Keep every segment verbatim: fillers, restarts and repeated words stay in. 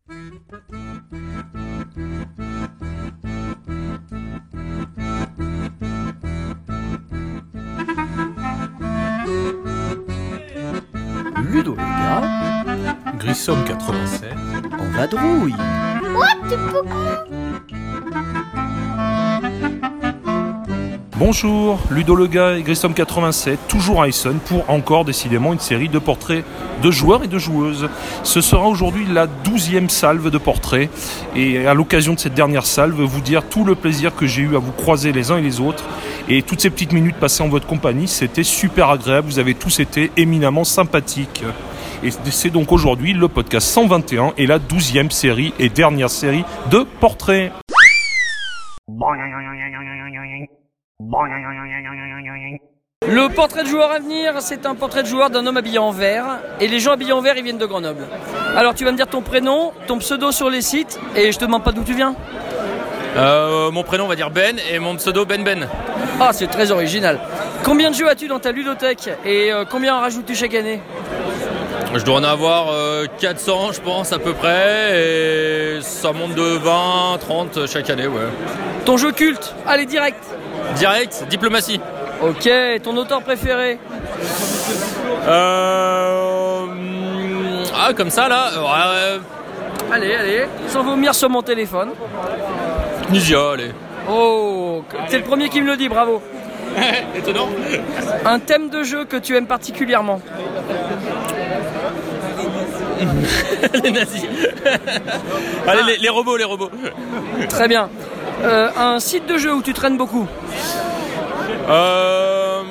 Ludo le gars, Grissom quatre-vingt-sept, en vadrouille. Bonjour, Ludo le gars et Grissom quatre-vingt-sept, toujours à Essonne pour encore décidément une série de portraits de joueurs et de joueuses. Ce sera aujourd'hui la douzième salve de portraits et à l'occasion de cette dernière salve, vous dire tout le plaisir que j'ai eu à vous croiser les uns et les autres et toutes ces petites minutes passées en votre compagnie, c'était super agréable, vous avez tous été éminemment sympathiques. Et c'est donc aujourd'hui le podcast cent vingt et un et la douzième série et dernière série de portraits. Le portrait de joueur à venir, c'est un portrait de joueur d'un homme habillé en vert. Et les gens habillés en vert, ils viennent de Grenoble. Alors tu vas me dire ton prénom, ton pseudo sur les sites, et je te demande pas d'où tu viens. Euh, mon prénom on va dire Ben et mon pseudo Ben Ben. Ah, c'est très original. Combien de jeux as-tu dans ta ludothèque et euh, combien en rajoutes-tu chaque année? Je dois en avoir euh, quatre cents je pense à peu près et ça monte de vingt, trente chaque année, ouais. Ton jeu culte, allez direct. Direct, diplomatie. Ok, ton auteur préféré? Euh... Ah comme ça là euh... Allez, allez, sans vomir sur mon téléphone. Nisia, allez. Oh, c'est le premier qui me le dit, bravo. Étonnant. Un thème de jeu que tu aimes particulièrement? Les nazis. Allez, les, les robots, les robots. Très bien. Euh, un site de jeu où tu traînes beaucoup? Euh...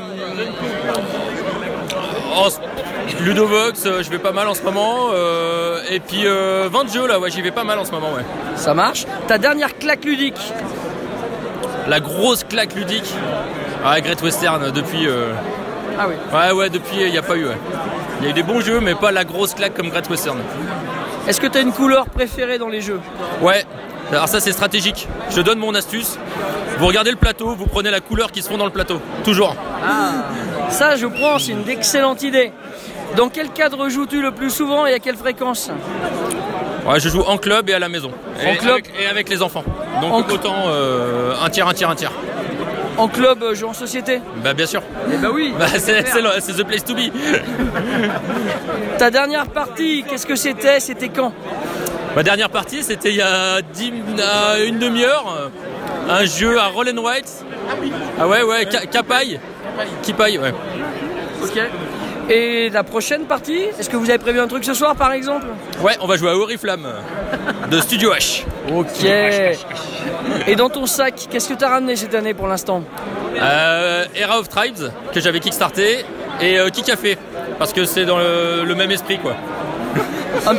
En... Ludovox, je vais pas mal en ce moment. Euh... Et puis euh, vingt jeux là, ouais, j'y vais pas mal en ce moment, ouais. Ça marche. Ta dernière claque ludique? La grosse claque ludique. Ah, Great Western, depuis... Euh... Ah oui. Ouais, ouais, depuis, il n'y a pas eu, ouais. Il y a eu des bons jeux, mais pas la grosse claque comme Great Western. Est-ce que tu as une couleur préférée dans les jeux? Ouais, alors ça c'est stratégique. Je te donne mon astuce. Vous regardez le plateau, vous prenez la couleur qui se fond dans le plateau. Toujours. Ah, ça je prends, c'est une excellente idée. Dans quel cadre joues-tu le plus souvent et à quelle fréquence? Ouais, je joue en club et à la maison. En et, club avec, et avec les enfants. Donc en autant euh, un tiers, un tiers, un tiers. En club, jeu en société? Bah bien sûr. Eh bah oui. Bah, c'est, c'est, le, c'est the place to be. Ta dernière partie, qu'est-ce que c'était? C'était quand? Ma dernière partie, c'était il y a dix, euh, une demi-heure. Un jeu à Roll and White. Ah ouais, ouais, Capaille. Kipaille, ouais. Ok. Et la prochaine partie, est-ce que vous avez prévu un truc ce soir par exemple? Ouais, on va jouer à Oriflamme de Studio H. Ok. Et dans ton sac, qu'est-ce que tu as ramené cette année pour l'instant? euh, Era of Tribes, que j'avais kickstarté, et euh, Kikafé, parce que c'est dans le, le même esprit, quoi. Un...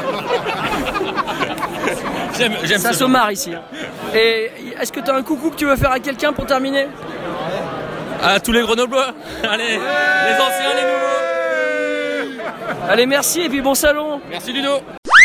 j'aime, j'aime Ça se marre ici. Et est-ce que tu as un coucou que tu veux faire à quelqu'un pour terminer? À tous les Grenoblois. Allez, ouais, les anciens, les nouveaux. Allez, merci et puis bon salon. Merci Ludo.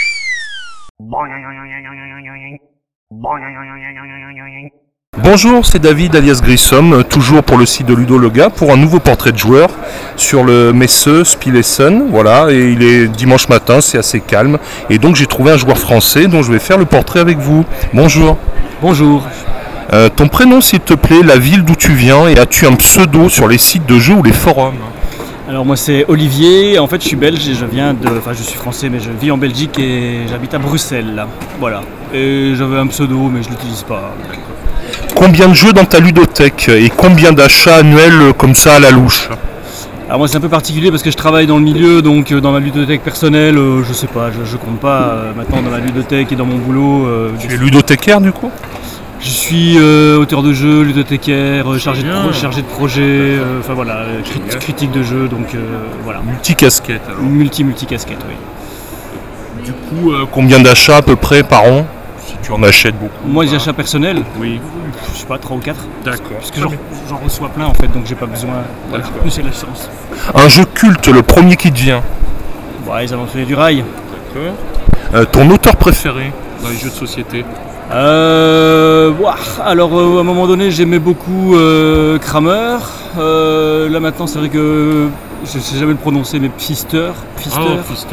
Bonjour, c'est David alias Grissom, toujours pour le site de Ludo le gars, pour un nouveau portrait de joueur sur le Messeux Spielessen. Voilà, et il est dimanche matin, c'est assez calme. Et donc j'ai trouvé un joueur français dont je vais faire le portrait avec vous. Bonjour. Bonjour. Euh, ton prénom s'il te plaît, la ville d'où tu viens, et as-tu un pseudo sur les sites de jeux ou les forums? Alors moi c'est Olivier, en fait je suis belge et je viens de... Enfin je suis français mais je vis en Belgique et j'habite à Bruxelles là. Voilà. Et j'avais un pseudo mais je l'utilise pas. Combien de jeux dans ta ludothèque et combien d'achats annuels comme ça à la louche? Alors moi c'est un peu particulier parce que je travaille dans le milieu, donc dans ma ludothèque personnelle, euh, je sais pas, je, je compte pas euh, maintenant dans ma ludothèque et dans mon boulot. Euh, tu es ludothécaire du coup? Je suis euh, auteur de jeux, ludothécaire, euh, chargé, de pro- chargé de projet, euh, enfin voilà, euh, crit- critique de jeux, donc euh, voilà. Multi-casquette alors. Multi-multi-casquette, oui. Du coup, euh, combien d'achats à peu près par an? Si tu en achètes beaucoup. Moi les achats personnels, oui. Je sais pas, trois ou quatre. D'accord. Parce que j'en, j'en reçois plein en fait, donc j'ai pas besoin. Voilà, plus c'est la chance. Un jeu culte, le premier qui te vient? Ouais, les aventuriers du rail. D'accord. Euh, ton auteur préféré dans les jeux de société? Euh, ouah, alors euh, à un moment donné j'aimais beaucoup euh, Kramer, euh, là maintenant c'est vrai que je sais jamais le prononcer mais Pfister, Pfister, oh, Pfister.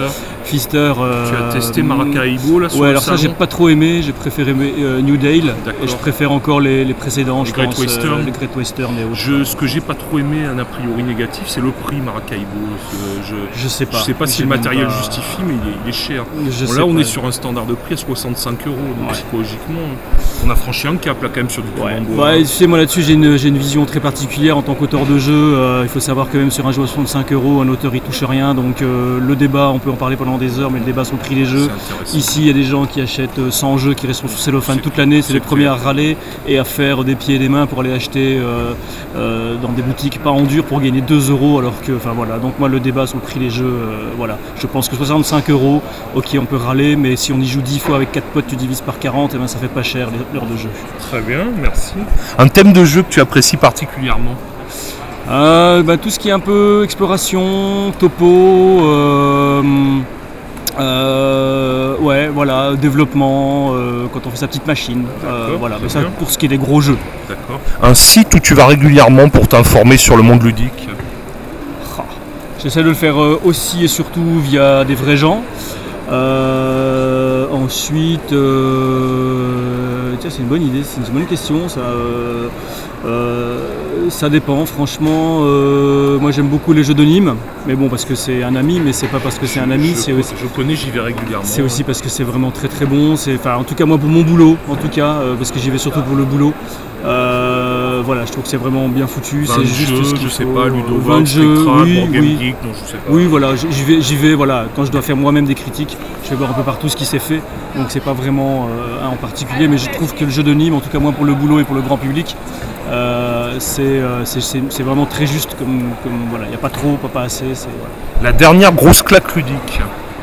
Pfister. Euh, tu as testé Maracaibo là sur Ouais, le alors salon. ça j'ai pas trop aimé, j'ai préféré euh, New Dale D'accord. et je préfère encore les, les précédents, Les je Great pense, Western. euh, les Great Western et autres. Je, ce que j'ai pas trop aimé, un a priori négatif, c'est le prix Maracaibo. Je, Je sais pas. Je sais pas si J'ai le même matériel pas- justifie, mais il est, il est cher. Je Bon, sais là, on pas. est sur un standard de prix à soixante-cinq euros, donc Ouais. psychologiquement, on a franchi un cap là quand même sur du Ouais. Colombo. Ouais, tu sais, moi là-dessus j'ai une, j'ai une vision très particulière en tant qu'auteur de jeu. Euh, il faut savoir que même sur un jeu à soixante-cinq euros, un auteur il touche rien. Donc euh, le débat, on peut en parler pendant des heures, mais le débat sur le prix des jeux. C'est intéressant. Ici, il y a des gens qui achètent cent jeux qui resteront sous cellophane C'est- toute l'année. C'est c'est les premiers clair. à râler et à faire des pieds et des mains pour aller acheter euh, euh, dans des boutiques pas en dur pour gagner deux euros. Alors que, enfin voilà. Donc moi, le débat sur le prix des jeux, euh, voilà. Je pense que soixante-cinq euros, ok, on peut râler, mais si on y joue dix fois avec quatre potes, tu divises par quarante, et ben ça fait pas cher l'heure de jeu. Très bien, merci. Un thème de jeu que tu apprécies particulièrement? Euh, bah, tout ce qui est un peu exploration, topo, euh, euh, ouais, voilà, développement, euh, quand on fait sa petite machine, euh, D'accord, voilà. très Mais ça bien. pour ce qui est des gros jeux. D'accord. Un site où tu vas régulièrement pour t'informer sur le monde ludique? Ah. J'essaie de le faire euh, aussi et surtout via des vrais gens. Euh, ensuite, euh, tiens, c'est une bonne idée, c'est une bonne question. Ça, euh, euh, ça dépend, franchement. Euh, moi, j'aime beaucoup les jeux de Nîmes, mais bon, parce que c'est un ami, mais c'est pas parce que c'est un ami, je, c'est aussi. je connais, j'y vais régulièrement. C'est aussi parce que c'est vraiment très très bon. C'est, enfin, en tout cas moi pour mon boulot, en tout cas, euh, parce que j'y vais surtout pour le boulot. Euh, voilà, je trouve que c'est vraiment bien foutu. vingt C'est juste jeux, ce qu'il je sais faut. pas, vingt Ludovox, jeux, Spectra, oui, Board Game oui. Geek, non, je sais pas. Oui, voilà, j'y vais, j'y vais, voilà. Quand je dois faire moi-même des critiques, je vais voir un peu partout ce qui s'est fait. Donc c'est pas vraiment euh, un en particulier, mais je trouve que le jeu de Nîmes, en tout cas moi pour le boulot et pour le grand public, euh, c'est, euh, c'est, c'est, c'est vraiment très juste. Comme, comme voilà, il n'y a pas trop, pas, pas assez. C'est, voilà. La dernière grosse claque ludique?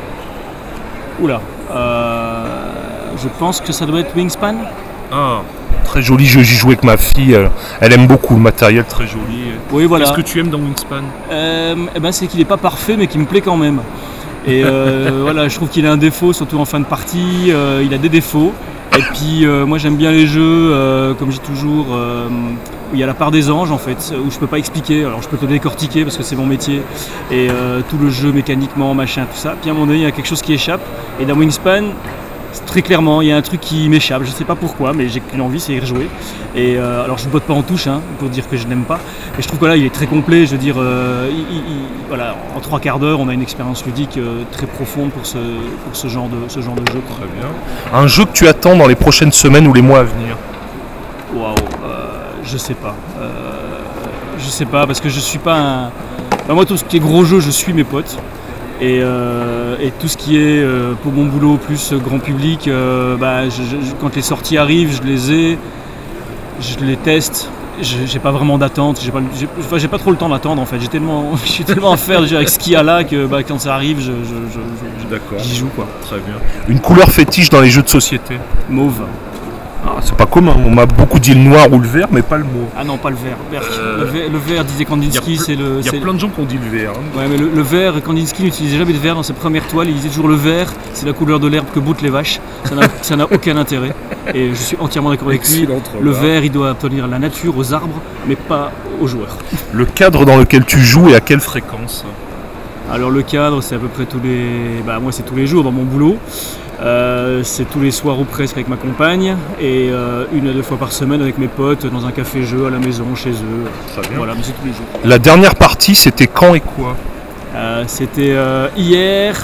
Oula, euh, je pense que ça doit être Wingspan. Ah, très joli jeu, j'y joue avec ma fille, elle, elle aime beaucoup le matériel, très joli. Oui, voilà. Qu'est-ce que tu aimes dans Wingspan? Euh, eh ben, c'est qu'il n'est pas parfait, mais qu'il me plaît quand même. Et euh, voilà, je trouve qu'il a un défaut, surtout en fin de partie. Euh, il a des défauts. Et puis, euh, moi, j'aime bien les jeux, euh, comme je dis toujours, euh, où il y a la part des anges, en fait, où je peux pas expliquer. Alors, je peux te décortiquer parce que c'est mon métier. Et euh, tout le jeu mécaniquement, machin, tout ça. Puis à un moment donné, il y a quelque chose qui échappe. Et dans Wingspan, très clairement, il y a un truc qui m'échappe, je sais pas pourquoi, mais j'ai qu'une envie, c'est y rejouer. Et euh, alors je ne botte pas en touche hein, pour dire que je n'aime pas, mais je trouve que là il est très complet, je veux dire, euh, il, il, il, voilà, en trois quarts d'heure on a une expérience ludique euh, très profonde pour ce, pour ce, genre de, ce genre de jeu. Très bien. Un jeu que tu attends dans les prochaines semaines ou les mois à venir? Waouh, euh, je sais pas. Euh, je sais pas, parce que je suis pas un... Enfin, moi tout ce qui est gros jeu, je suis mes potes. Et, euh, et tout ce qui est euh, pour mon boulot plus euh, grand public, euh, bah, je, je, quand les sorties arrivent, je les ai, je les teste. Je, j'ai pas vraiment d'attente, j'ai pas, j'ai, enfin, j'ai pas trop le temps d'attendre en fait. J'ai tellement, je suis tellement à faire déjà avec ce qu'il y a là que bah, quand ça arrive, je, je, je, je, D'accord. j'y joue quoi. Très bien. Une couleur fétiche dans les jeux de société? Mauve. Ah, c'est pas commun, on m'a beaucoup dit le noir ou le vert, mais pas le mauve. Ah non, pas le vert. Vert. Euh, Le, vert le vert, disait Kandinsky, c'est le. Il y a c'est- plein de gens qui ont dit le vert. hein. Ouais, mais le, le vert, Kandinsky n'utilisait jamais de vert dans ses premières toiles. Il disait toujours le vert, c'est la couleur de l'herbe que boutent les vaches. Ça n'a, ça n'a aucun intérêt. Et je suis entièrement d'accord avec lui. Excellente Le remarque. vert, il doit appartenir à la nature, aux arbres, mais pas aux joueurs. Le cadre dans lequel tu joues et à quelle fréquence? Alors le cadre, c'est à peu près tous les... Bah moi, c'est tous les jours dans mon boulot. Euh, c'est tous les soirs ou presque avec ma compagne. Et euh, une à deux fois par semaine avec mes potes dans un café-jeu, à la maison, chez eux. Très bien. Voilà, mais c'est tous les jours. La dernière partie, c'était quand et quoi? Euh, c'était euh, hier...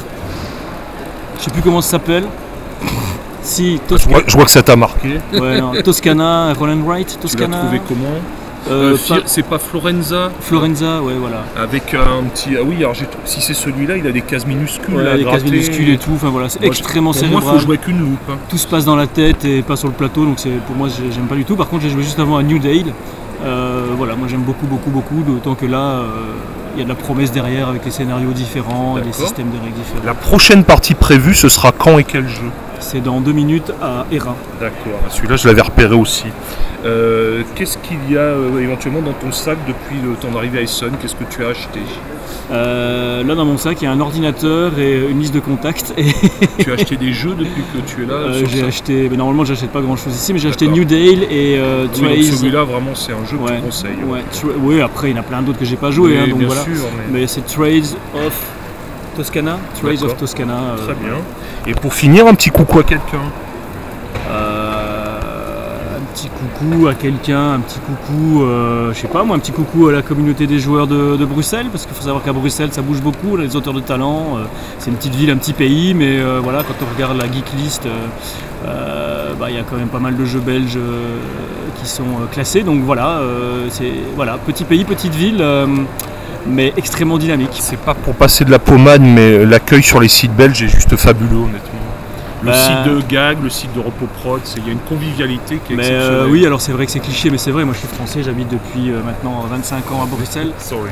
Je sais plus comment ça s'appelle. Si, je Toscana. vois, je vois que ça t'a marqué. Ouais, non, Toscana, Roland Wright, Tu l'as Toscana. trouvé comment? Euh, Euh, Fi- pas- C'est pas Florenza? Florenza, ouais, voilà. Avec un petit. Ah oui, alors j'ai- si c'est celui-là, il a des cases minuscules. Ouais, là, les cases grattées. minuscules et tout, enfin voilà, c'est Moi, extrêmement Pour moi, il cérébral. faut jouer avec une loupe. hein. Tout se passe dans la tête et pas sur le plateau, donc c'est, pour moi j'ai- j'aime pas du tout. Par contre j'ai joué juste avant à New Dale. Euh, voilà, moi j'aime beaucoup beaucoup beaucoup, d'autant que là euh, il y a de la promesse derrière avec les scénarios différents et les D'accord. systèmes de règles différents. La prochaine partie prévue, ce sera quand et quel jeu? C'est dans deux minutes à Hera. D'accord, celui-là je l'avais repéré aussi. Euh, qu'est-ce qu'il y a euh, éventuellement dans ton sac depuis le temps d'arrivée à Essen? Qu'est-ce que tu as acheté? Euh, là dans mon sac il y a un ordinateur et une liste de contacts. Et Tu as acheté des jeux depuis que tu es là? euh, sur j'ai ça acheté, mais normalement j'achète pas grand chose ici, mais j'ai acheté D'accord. New Dale et euh, Oui, donc Trace. celui-là vraiment c'est un jeu que Ouais, tu conseilles. ouais, Tra- oui, après il y en a plein d'autres que j'ai pas joué, Oui, hein, donc bien voilà. sûr, mais... Mais c'est Trades of Toscana, Trails D'accord. of Toscana. euh, Très bien. Et pour finir, un petit coucou à quelqu'un. Euh, un petit coucou à quelqu'un, un petit coucou, euh, je sais pas moi, un petit coucou à la communauté des joueurs de, de Bruxelles, parce qu'il faut savoir qu'à Bruxelles ça bouge beaucoup, les auteurs de talent, euh, c'est une petite ville, un petit pays, mais euh, voilà, quand on regarde la geek list, euh, euh, bah, y a quand même pas mal de jeux belges euh, qui sont euh, classés, donc voilà, euh, c'est voilà, petit pays, petite ville, euh, mais extrêmement dynamique. C'est pas pour passer de la pommade, mais l'accueil sur les sites belges est juste fabuleux, honnêtement. Le Bah, site de Gag, le site de Repoprod, il y a une convivialité qui est Mais exceptionnelle. euh, oui, alors c'est vrai que c'est cliché, mais c'est vrai, moi je suis français, j'habite depuis euh, maintenant vingt-cinq ans à Bruxelles. Sorry.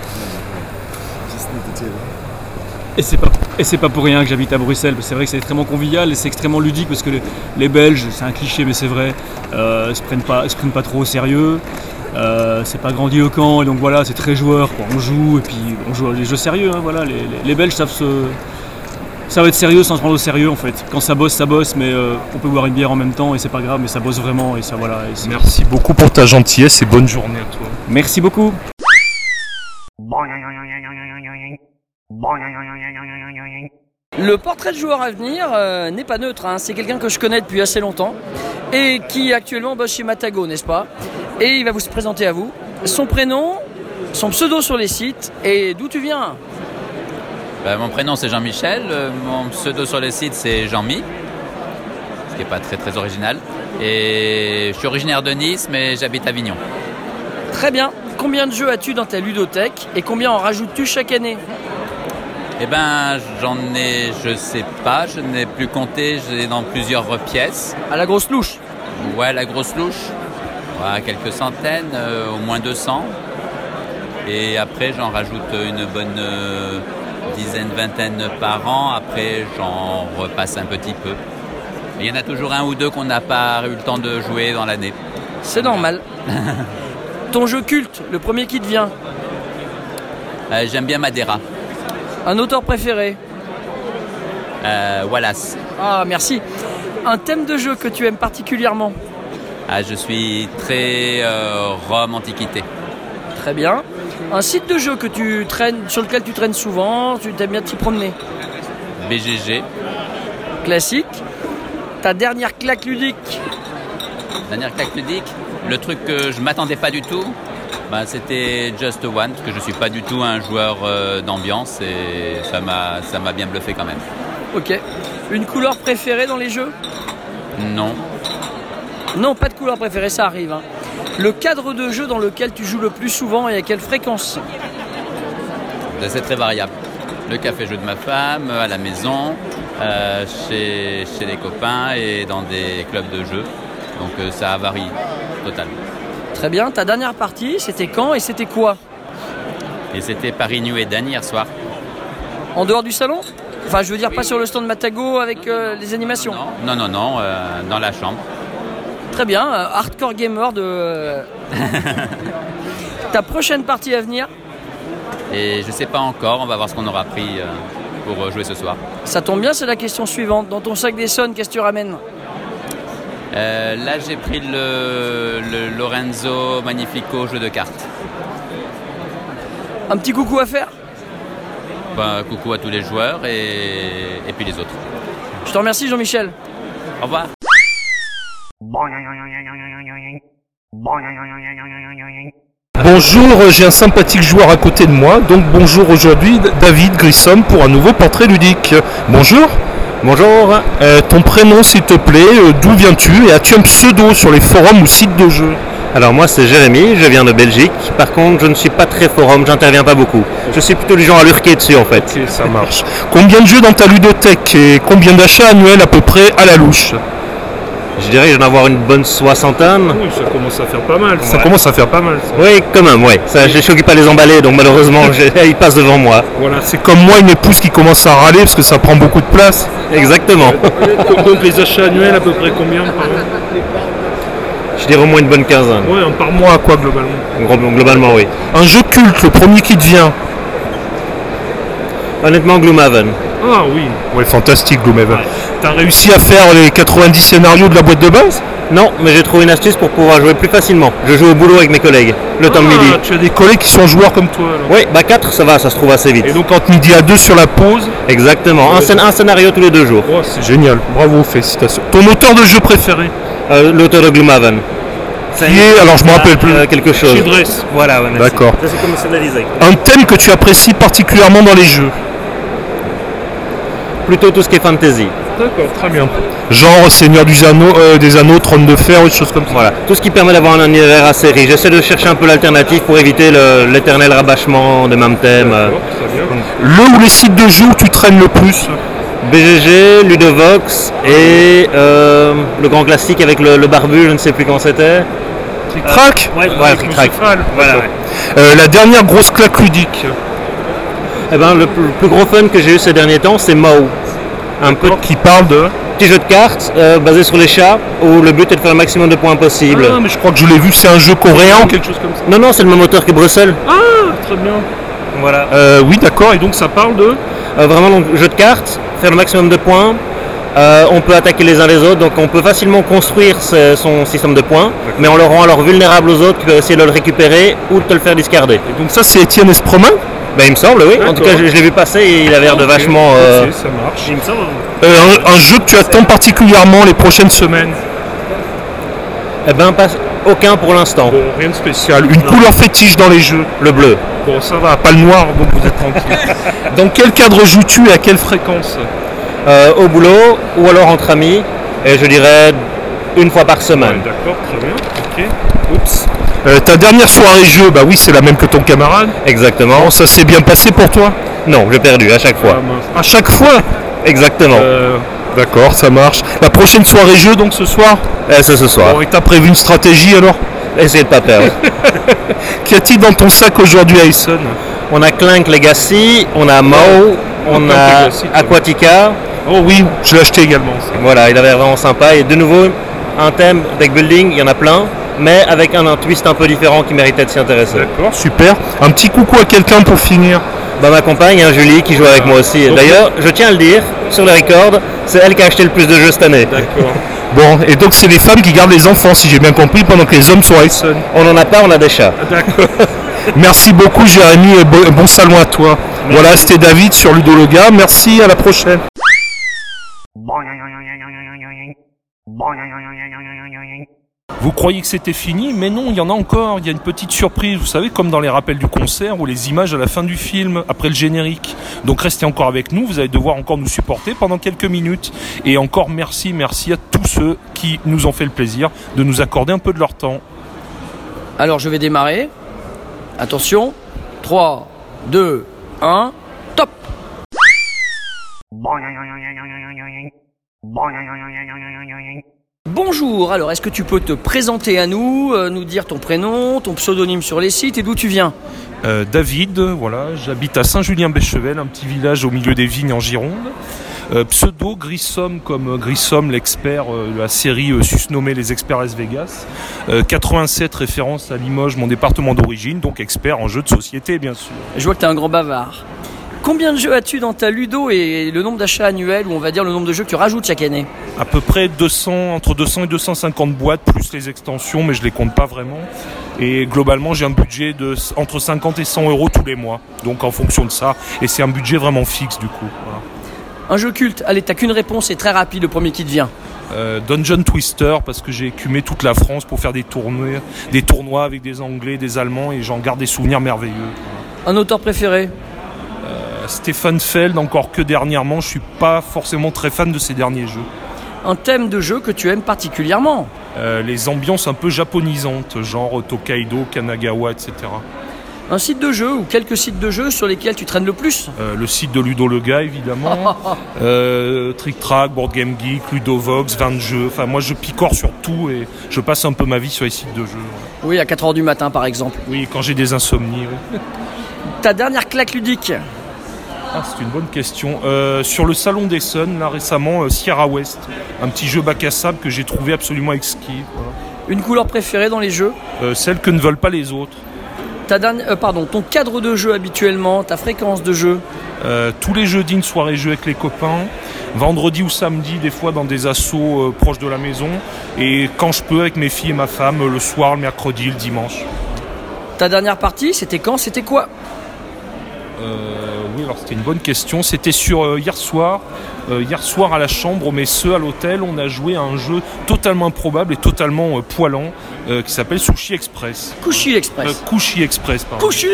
Et c'est pas, et c'est pas pour rien que j'habite à Bruxelles, c'est vrai que c'est extrêmement convivial et c'est extrêmement ludique parce que les, les Belges, c'est un cliché mais c'est vrai, euh, se prennent pas, se prennent pas trop au sérieux, euh, c'est pas grandiloquent et donc voilà, c'est très joueur, quoi. On joue et puis on joue à des jeux sérieux, hein, voilà, les, les, les Belges savent se... Ça va être sérieux sans se prendre au sérieux en fait. Quand ça bosse, ça bosse, mais euh, on peut boire une bière en même temps et c'est pas grave, mais ça bosse vraiment et ça voilà. Et c'est... Merci beaucoup pour ta gentillesse et bonne journée à toi. Merci beaucoup. Le portrait de joueur à venir euh, n'est pas neutre, hein. C'est quelqu'un que je connais depuis assez longtemps et qui actuellement bosse chez Matago, n'est-ce pas? Et il va vous se présenter à vous, son prénom, son pseudo sur les sites et d'où tu viens. Ben, mon prénom c'est Jean-Michel, euh, mon pseudo sur les sites c'est Jean-Mi, ce qui n'est pas très très original. Et je suis originaire de Nice mais j'habite à Avignon. Très bien. Combien de jeux as-tu dans ta ludothèque et combien en rajoutes-tu chaque année? Eh ben j'en ai, je sais pas, je n'ai plus compté, j'ai dans plusieurs pièces. À la grosse louche. Ouais, la grosse louche, ouais, quelques centaines, euh, au moins deux cents. Et après j'en rajoute une bonne euh, dizaine, vingtaine par an, après j'en repasse un petit peu. Il y en a toujours un ou deux qu'on n'a pas eu le temps de jouer dans l'année. C'est normal. Ton jeu culte, le premier qui te vient. Euh, j'aime bien Madeira. Un auteur préféré. Euh, Wallace. Ah, merci. Un thème de jeu que tu aimes particulièrement. Ah, je suis très euh, Rome, Antiquité. Très bien. Un site de jeu que tu traînes, sur lequel tu traînes souvent, tu t'aimes bien t'y promener. B G G. Classique. Ta dernière claque ludique. Dernière claque ludique. Le truc que je m'attendais pas du tout, bah, c'était Just One, parce que je suis pas du tout un joueur euh, d'ambiance et ça m'a, ça m'a bien bluffé quand même. Ok. Une couleur préférée dans les jeux? Non. Non, pas de couleur préférée, ça arrive. Hein. Le cadre de jeu dans lequel tu joues le plus souvent et à quelle fréquence? C'est très variable. Le café jeu de ma femme, à la maison, euh, chez, chez les copains et dans des clubs de jeux. Donc euh, ça varie totalement. Très bien. Ta dernière partie, c'était quand et c'était quoi? Et c'était Paris New Eden hier soir. En dehors du salon? Enfin, je veux dire, pas sur le stand Matago avec euh, les animations. Non, non, non, non euh, dans la chambre. Très bien. Euh, hardcore gamer de... Ta prochaine partie à venir? Et je sais pas encore, on va voir ce qu'on aura pris euh, pour jouer ce soir. Ça tombe bien, c'est la question suivante. Dans ton sac d'Essonne, qu'est-ce que tu ramènes? Euh, là, j'ai pris le, le Lorenzo Magnifico jeu de cartes. Un petit coucou à faire? Ben, coucou à tous les joueurs et, et puis les autres. Je te remercie, Jean-Michel. Au revoir. Bonjour, j'ai un sympathique joueur à côté de moi, donc bonjour aujourd'hui David Grissom pour un nouveau portrait ludique. Bonjour. Bonjour. Euh, ton prénom s'il te plaît, euh, d'où viens-tu et as-tu un pseudo sur les forums ou sites de jeux? Alors moi c'est Jérémy, je viens de Belgique. Par contre je ne suis pas très forum, j'interviens pas beaucoup. Je suis plutôt du genre à lurquer dessus en fait. Ok, ça marche. Combien de jeux dans ta ludothèque et combien d'achats annuels à peu près à la louche? Je dirais que je vais en avoir une bonne soixantaine. Oui, ça commence à faire pas mal. Ça Ouais. commence à faire pas mal. Ça. Oui, quand même, oui. Ça, je suis pas à les emballer, donc malheureusement, je- ils passent devant moi. Voilà, c'est comme moi une épouse qui commence à râler parce que ça prend beaucoup de place. Exactement. Donc les achats annuels à peu près combien par an? Je dirais au moins une bonne quinzaine. Ouais, par mois quoi globalement. Glo- Globalement, oui. Un jeu culte, le premier qui te vient. Honnêtement, Gloomhaven. Ah oui. Ouais, fantastique Gloomhaven. T'as réussi à faire les quatre-vingt-dix scénarios de la boîte de base? Non, mais j'ai trouvé une astuce pour pouvoir jouer plus facilement. Je joue au boulot avec mes collègues, le temps de midi. Ah, tu as des collègues qui sont joueurs comme toi alors. Oui, bah quatre, ça va, ça se trouve assez vite. Et donc entre midi à deux sur la pause. Exactement, un, scén- un scénario tous les deux jours. Oh, c'est génial, bravo, félicitations. Ton auteur de jeu préféré? Euh, L'auteur de Gloomhaven. Qui est, alors je me rappelle plus. Euh, quelque chose. Childress. Voilà, ouais, merci. D'accord. Ça c'est comme ça analysé. Un thème que tu apprécies particulièrement dans les jeux? Plutôt tout ce qui est fantasy. D'accord, très bien. Genre Seigneur du Anneau, euh, des Anneaux, Trône de Fer, ou des choses comme ça. Voilà, tout ce qui permet d'avoir un univers assez riche. J'essaie de chercher un peu l'alternative pour éviter le- l'éternel rabâchement des mêmes thèmes. euh. Le ou les sites de jeux où tu traînes le plus? B G G, Ludovox et euh, le grand classique avec le, le barbu, je ne sais plus quand c'était. Trick Track. Ouais, ouais, Trick Track. Voilà, ouais. Euh, la dernière grosse claque ludique. Eh ben, le, plus- le plus gros fun que j'ai eu ces derniers temps, c'est Mao. Un peu Qui parle de. petit jeu de cartes euh, basé sur les chats où le but est de faire le maximum de points possible. Ah, mais je crois que je l'ai vu, c'est un jeu coréen ou quelque chose comme ça. Non, non, c'est le même auteur que Bruxelles. Ah, très bien. Voilà. Euh, oui, d'accord, et donc ça parle de. Euh, vraiment, donc, jeu de cartes, faire le maximum de points. Euh, on peut attaquer les uns les autres, donc on peut facilement construire ce- son système de points, mais en le rend alors vulnérable aux autres qui peuvent essayer de le récupérer ou de te le faire discarder. Et donc ça, c'est Étienne Espromain. Ben, il me semble, oui. En tout D'accord. cas, je, je l'ai vu passer et il avait l'air de Ok, vachement. euh, ok, ça marche. Il me semble. Euh, un, un jeu que tu attends particulièrement les prochaines semaines? Eh ben, pas aucun pour l'instant. Bon, rien de spécial. Une couleur fétiche dans les jeux? Le bleu. Bon, ça va, pas le noir, donc vous êtes tranquille. Dans quel cadre joues-tu et à quelle fréquence? Euh, au boulot ou alors entre amis, et je dirais une fois par semaine. Ouais, d'accord, très bien. Ok. Oups. Euh, ta dernière soirée jeu, bah oui, c'est la même que ton camarade. Exactement. Bon, ça s'est bien passé pour toi? Non, j'ai perdu à chaque fois. À chaque fois? Exactement. Euh, D'accord, ça marche. La prochaine soirée jeu, donc ce soir? Et c'est ce soir. Bon, et t'as prévu une stratégie alors? Essayez de pas perdre. Qu'y a-t-il dans ton sac aujourd'hui à Essen? On a Clank Legacy, on a Mao, on Clank a Legacy, quoi. Aquatica. Oh oui, je l'ai acheté également. ça. Voilà, il avait l'air vraiment sympa. Et de nouveau, un thème deck building, il y en a plein, mais avec un, un twist un peu différent qui méritait de s'y intéresser. D'accord, super. Un petit coucou à quelqu'un pour finir. Bah, ma compagne, hein, Julie, qui joue avec moi aussi. Donc- D'ailleurs, je tiens à le dire, sur les records, c'est elle qui a acheté le plus de jeux cette année. D'accord. Bon, et donc c'est les femmes qui gardent les enfants, si j'ai bien compris, pendant que les hommes sont à Essen. On n'en a pas, on a des chats. D'accord. Merci beaucoup Jérémy et bon, bon salon à toi. Voilà, c'était David sur Ludologa. Merci, à la prochaine. Vous croyez que c'était fini, mais non, il y en a encore. Il y a une petite surprise, vous savez, comme dans les rappels du concert ou les images à la fin du film, après le générique. Donc restez encore avec nous, vous allez devoir encore nous supporter pendant quelques minutes. Et encore merci, merci à tous ceux qui nous ont fait le plaisir de nous accorder un peu de leur temps. Alors je vais démarrer. Attention. trois, deux, un, top. Bonjour, alors est-ce que tu peux te présenter à nous, euh, nous dire ton prénom, ton pseudonyme sur les sites et d'où tu viens? Euh, David, voilà, j'habite à Saint-Julien-Béchevel, un petit village au milieu des vignes en Gironde. Euh, pseudo Grissom comme euh, Grissom, l'expert euh, de la série euh, susnommée Les Experts Las Vegas. Euh, quatre-vingt-sept, référence à Limoges, mon département d'origine, donc expert en jeux de société bien sûr. Je vois que tu es un grand bavard. Combien de jeux as-tu dans ta Ludo et le nombre d'achats annuels, ou on va dire le nombre de jeux que tu rajoutes chaque année? À peu près deux cents, entre deux cents et deux cent cinquante boîtes, plus les extensions, mais je les compte pas vraiment. Et globalement, j'ai un budget de entre cinquante et cent euros tous les mois, donc en fonction de ça. Et c'est un budget vraiment fixe du coup. Voilà. Un jeu culte, allez, t'as qu'une réponse, c'est très rapide, le premier qui te vient. Euh, Dungeon Twister, parce que j'ai écumé toute la France pour faire des tournois, des tournois avec des Anglais, des Allemands, et j'en garde des souvenirs merveilleux. Un auteur préféré? Euh, Stefan Feld, encore que dernièrement, je suis pas forcément très fan de ces derniers jeux. Un thème de jeu que tu aimes particulièrement? Euh, les ambiances un peu japonisantes, genre Tokaido, Kanagawa, et cetera. Un site de jeu ou quelques sites de jeu sur lesquels tu traînes le plus? Euh, le site de Ludologa, évidemment. euh, Trick Track, Board Game Geek, Ludovox, vingt jeux. Enfin, moi, je picore sur tout et je passe un peu ma vie sur les sites de jeux. Oui, à quatre heures du matin, par exemple. Oui, quand j'ai des insomnies. Oui. Ta dernière claque ludique? Ah, c'est une bonne question. Euh, sur le salon d'Essen, là récemment, euh, Sierra West, un petit jeu bac à sable que j'ai trouvé absolument exquis. Voilà. Une couleur préférée dans les jeux? Euh, celle que ne veulent pas les autres. Ta dernière, euh, pardon, ton cadre de jeu habituellement, ta fréquence de jeu? Euh, tous les jeudis, une soirée jeu avec les copains. vendredi ou samedi, des fois dans des assos euh, proches de la maison, et quand je peux avec mes filles et ma femme, euh, le soir, le mercredi, le dimanche. Ta dernière partie, c'était quand? C'était quoi? Euh, oui, alors c'était une bonne question. C'était sur euh, hier soir. Euh, hier soir à la chambre, mais ceux à l'hôtel, on a joué à un jeu totalement improbable et totalement euh, poilant euh, qui s'appelle Sushi Express. Couchy Express. Euh, Couchy Express, pardon. Couchy.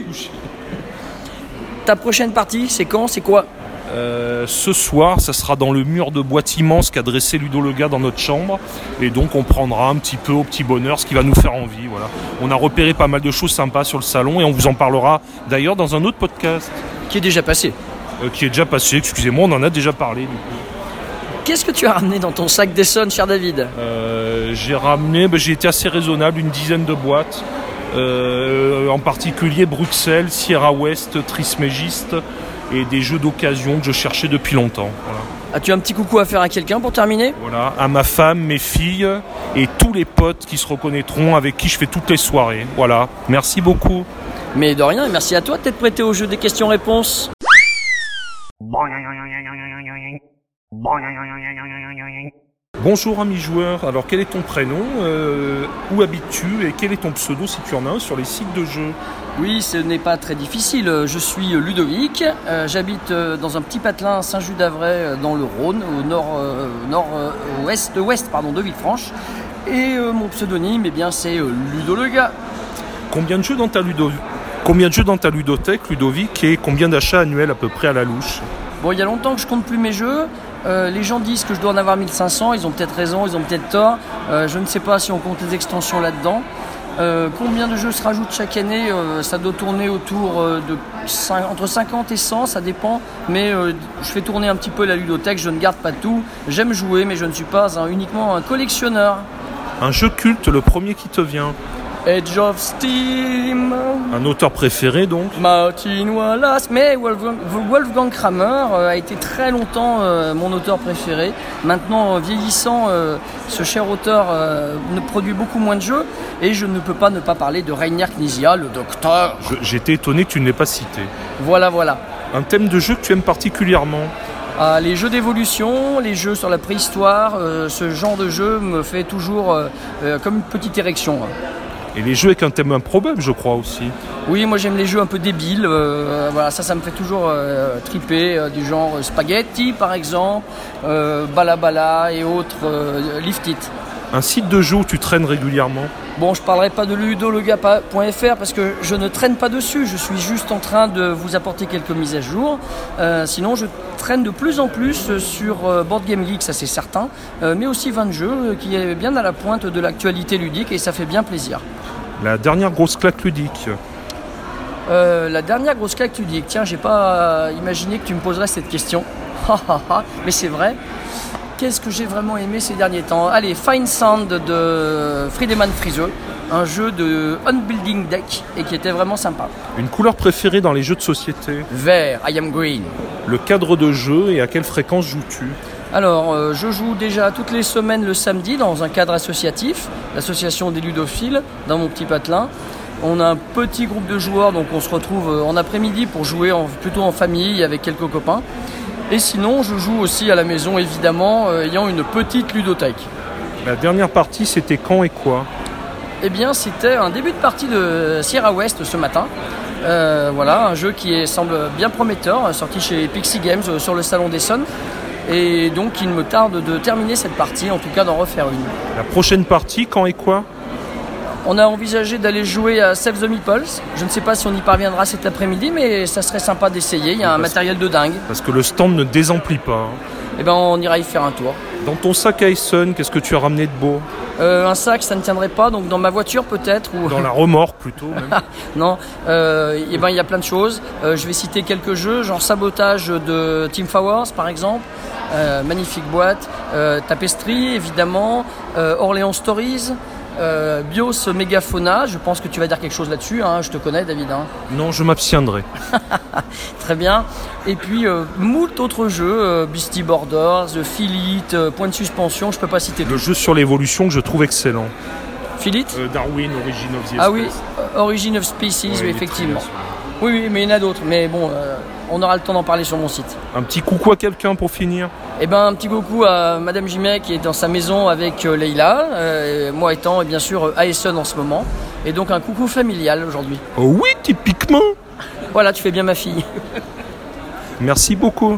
Ta prochaine partie, c'est quand? C'est quoi? Euh, ce soir, ça sera dans le mur de boîte immense qu'a dressé Ludo Lega dans notre chambre. Et donc, on prendra un petit peu au petit bonheur ce qui va nous faire envie. Voilà. On a repéré pas mal de choses sympas sur le salon et on vous en parlera d'ailleurs dans un autre podcast. Qui est déjà passé. Euh, qui est déjà passé, excusez-moi, on en a déjà parlé. Du coup. Qu'est-ce que tu as ramené dans ton sac d'Essonne, cher David? euh, J'ai ramené, ben, j'ai été assez raisonnable, une dizaine de boîtes. Euh, en particulier Bruxelles, Sierra West, Trismégiste et des jeux d'occasion que je cherchais depuis longtemps. Voilà. As-tu un petit coucou à faire à quelqu'un pour terminer? Voilà, à ma femme, mes filles et tous les potes qui se reconnaîtront, avec qui je fais toutes les soirées. Voilà, merci beaucoup. Mais de rien, et merci à toi de t'être prêté au jeu des questions-réponses. Bonjour amis joueurs, alors quel est ton prénom, euh, où habites-tu et quel est ton pseudo si tu en as un sur les sites de jeux? Oui, ce n'est pas très difficile, je suis Ludovic, euh, j'habite dans un petit patelin à Saint-Just-d'Avray dans le Rhône, au nord, euh, nord euh, ouest, ouest pardon, de Villefranche, et euh, mon pseudonyme eh bien, c'est euh, Ludo Lega. Combien de jeux dans ta Ludo... Combien de jeux dans ta ludothèque, Ludovic, et combien d'achats annuels à peu près à la louche? Bon, il y a longtemps que je compte plus mes jeux. Euh, les gens disent que je dois en avoir mille cinq cents, ils ont peut-être raison, ils ont peut-être tort. Euh, je ne sais pas si on compte les extensions là-dedans. Euh, combien de jeux se rajoutent chaque année? euh, Ça doit tourner autour euh, de cinq, entre cinquante et cent, ça dépend. Mais euh, je fais tourner un petit peu la ludothèque, je ne garde pas tout. J'aime jouer, mais je ne suis pas un, uniquement un collectionneur. Un jeu culte, le premier qui te vient? Edge of Steam. Un auteur préféré donc? Martin Wallace, mais Wolfgang, Wolfgang Kramer euh, a été très longtemps euh, mon auteur préféré. Maintenant, euh, vieillissant, euh, ce cher auteur euh, ne produit beaucoup moins de jeux et je ne peux pas ne pas parler de Rainier Knizia, le docteur. Je, J'étais étonné que tu ne l'aies pas cité. Voilà, voilà. Un thème de jeu que tu aimes particulièrement? Ah, les jeux d'évolution, les jeux sur la préhistoire, euh, ce genre de jeu me fait toujours euh, euh, comme une petite érection. Et les jeux avec un thème improbable, je crois aussi. Oui, moi j'aime les jeux un peu débiles. Euh, voilà, ça, ça me fait toujours euh, triper, euh, du genre Spaghetti par exemple, euh, Balabala et autres, euh, Lift It. Un site de jeu où tu traînes régulièrement? Bon, je ne parlerai pas de ludolega point f r parce que je ne traîne pas dessus. Je suis juste en train de vous apporter quelques mises à jour. Euh, sinon, je traîne de plus en plus sur euh, Board Game Geek, ça c'est certain, euh, mais aussi vingt jeux euh, qui est bien à la pointe de l'actualité ludique et ça fait bien plaisir. La dernière grosse claque ludique? Euh, la dernière grosse claque ludique, tiens, j'ai pas imaginé que tu me poserais cette question. Mais c'est vrai. Qu'est-ce que j'ai vraiment aimé ces derniers temps? Allez, Fine Sound de Friedemann Friese, un jeu de on-building deck et qui était vraiment sympa. Une couleur préférée dans les jeux de société? Vert, I am green. Le cadre de jeu et à quelle fréquence joues-tu? Alors, euh, je joue déjà toutes les semaines le samedi dans un cadre associatif, l'association des ludophiles, dans mon petit patelin. On a un petit groupe de joueurs, donc on se retrouve en après-midi pour jouer en, plutôt en famille avec quelques copains. Et sinon, je joue aussi à la maison, évidemment, euh, ayant une petite ludothèque. La dernière partie, c'était quand et quoi? Eh bien, c'était un début de partie de Sierra West ce matin. Euh, voilà, un jeu qui est, semble bien prometteur, sorti chez Pixie Games euh, sur le salon d'Essonne. Et donc, il me tarde de terminer cette partie, en tout cas d'en refaire une. La prochaine partie, quand et quoi? On a envisagé d'aller jouer à Save the Meeples. Je ne sais pas si on y parviendra cet après-midi, mais ça serait sympa d'essayer. Il y a un parce matériel de dingue. Parce que le stand ne désemplit pas. Eh ben, on ira y faire un tour. Dans ton sac à Essonne, qu'est-ce que tu as ramené de beau? euh, Un sac, ça ne tiendrait pas. Donc dans ma voiture peut-être. Ou... Dans la remorque plutôt même. Non, euh, eh ben, il y a plein de choses. Euh, je vais citer quelques jeux, genre Sabotage de Team Flowers par exemple. Euh, magnifique boîte. Euh, Tapestry évidemment. Euh, Orléans Stories. Euh, Bios Megafauna, je pense que tu vas dire quelque chose là-dessus, hein, je te connais David. Hein. Non, je m'abstiendrai. Très bien. Et puis euh, moult autres jeux, euh, Beastie Borders, Philite, euh, Point de suspension, je peux pas citer. Le tout. jeu sur l'évolution que je trouve excellent. Philite euh, Darwin, Origin of the Species. Ah oui, euh, Origin of Species, ouais, oui, effectivement. Oui, oui, mais il y en a d'autres. Mais bon, euh, on aura le temps d'en parler sur mon site. Un petit coucou à quelqu'un pour finir. Eh ben, un petit coucou à Madame Jimet qui est dans sa maison avec euh, Leïla, euh, moi étant bien sûr à Essonne en ce moment. Et donc un coucou familial aujourd'hui. Oh oui, typiquement. Voilà, tu fais bien ma fille. Merci beaucoup.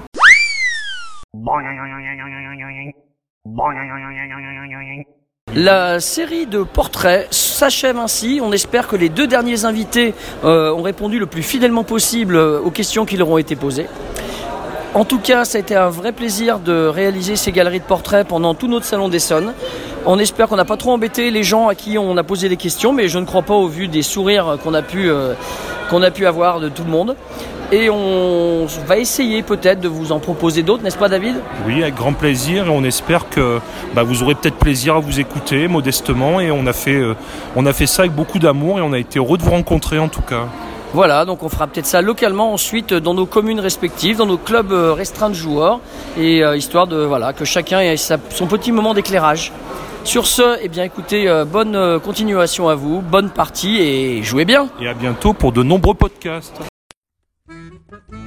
La série de portraits s'achève ainsi. On espère que les deux derniers invités euh, ont répondu le plus fidèlement possible aux questions qui leur ont été posées. En tout cas, ça a été un vrai plaisir de réaliser ces galeries de portraits pendant tout notre salon d'Essonne. On espère qu'on n'a pas trop embêté les gens à qui on a posé des questions, mais je ne crois pas au vu des sourires qu'on a pu, euh, qu'on a pu avoir de tout le monde. Et on va essayer peut-être de vous en proposer d'autres, n'est-ce pas David ? Oui, avec grand plaisir, et on espère que bah, vous aurez peut-être plaisir à vous écouter modestement, et on a fait, euh, on a fait ça avec beaucoup d'amour, et on a été heureux de vous rencontrer en tout cas. Voilà, donc on fera peut-être ça localement ensuite dans nos communes respectives, dans nos clubs restreints de joueurs, et euh, histoire de voilà que chacun ait sa, son petit moment d'éclairage. Sur ce, eh bien écoutez, euh, bonne euh, continuation à vous, bonne partie et jouez bien. Et à bientôt pour de nombreux podcasts.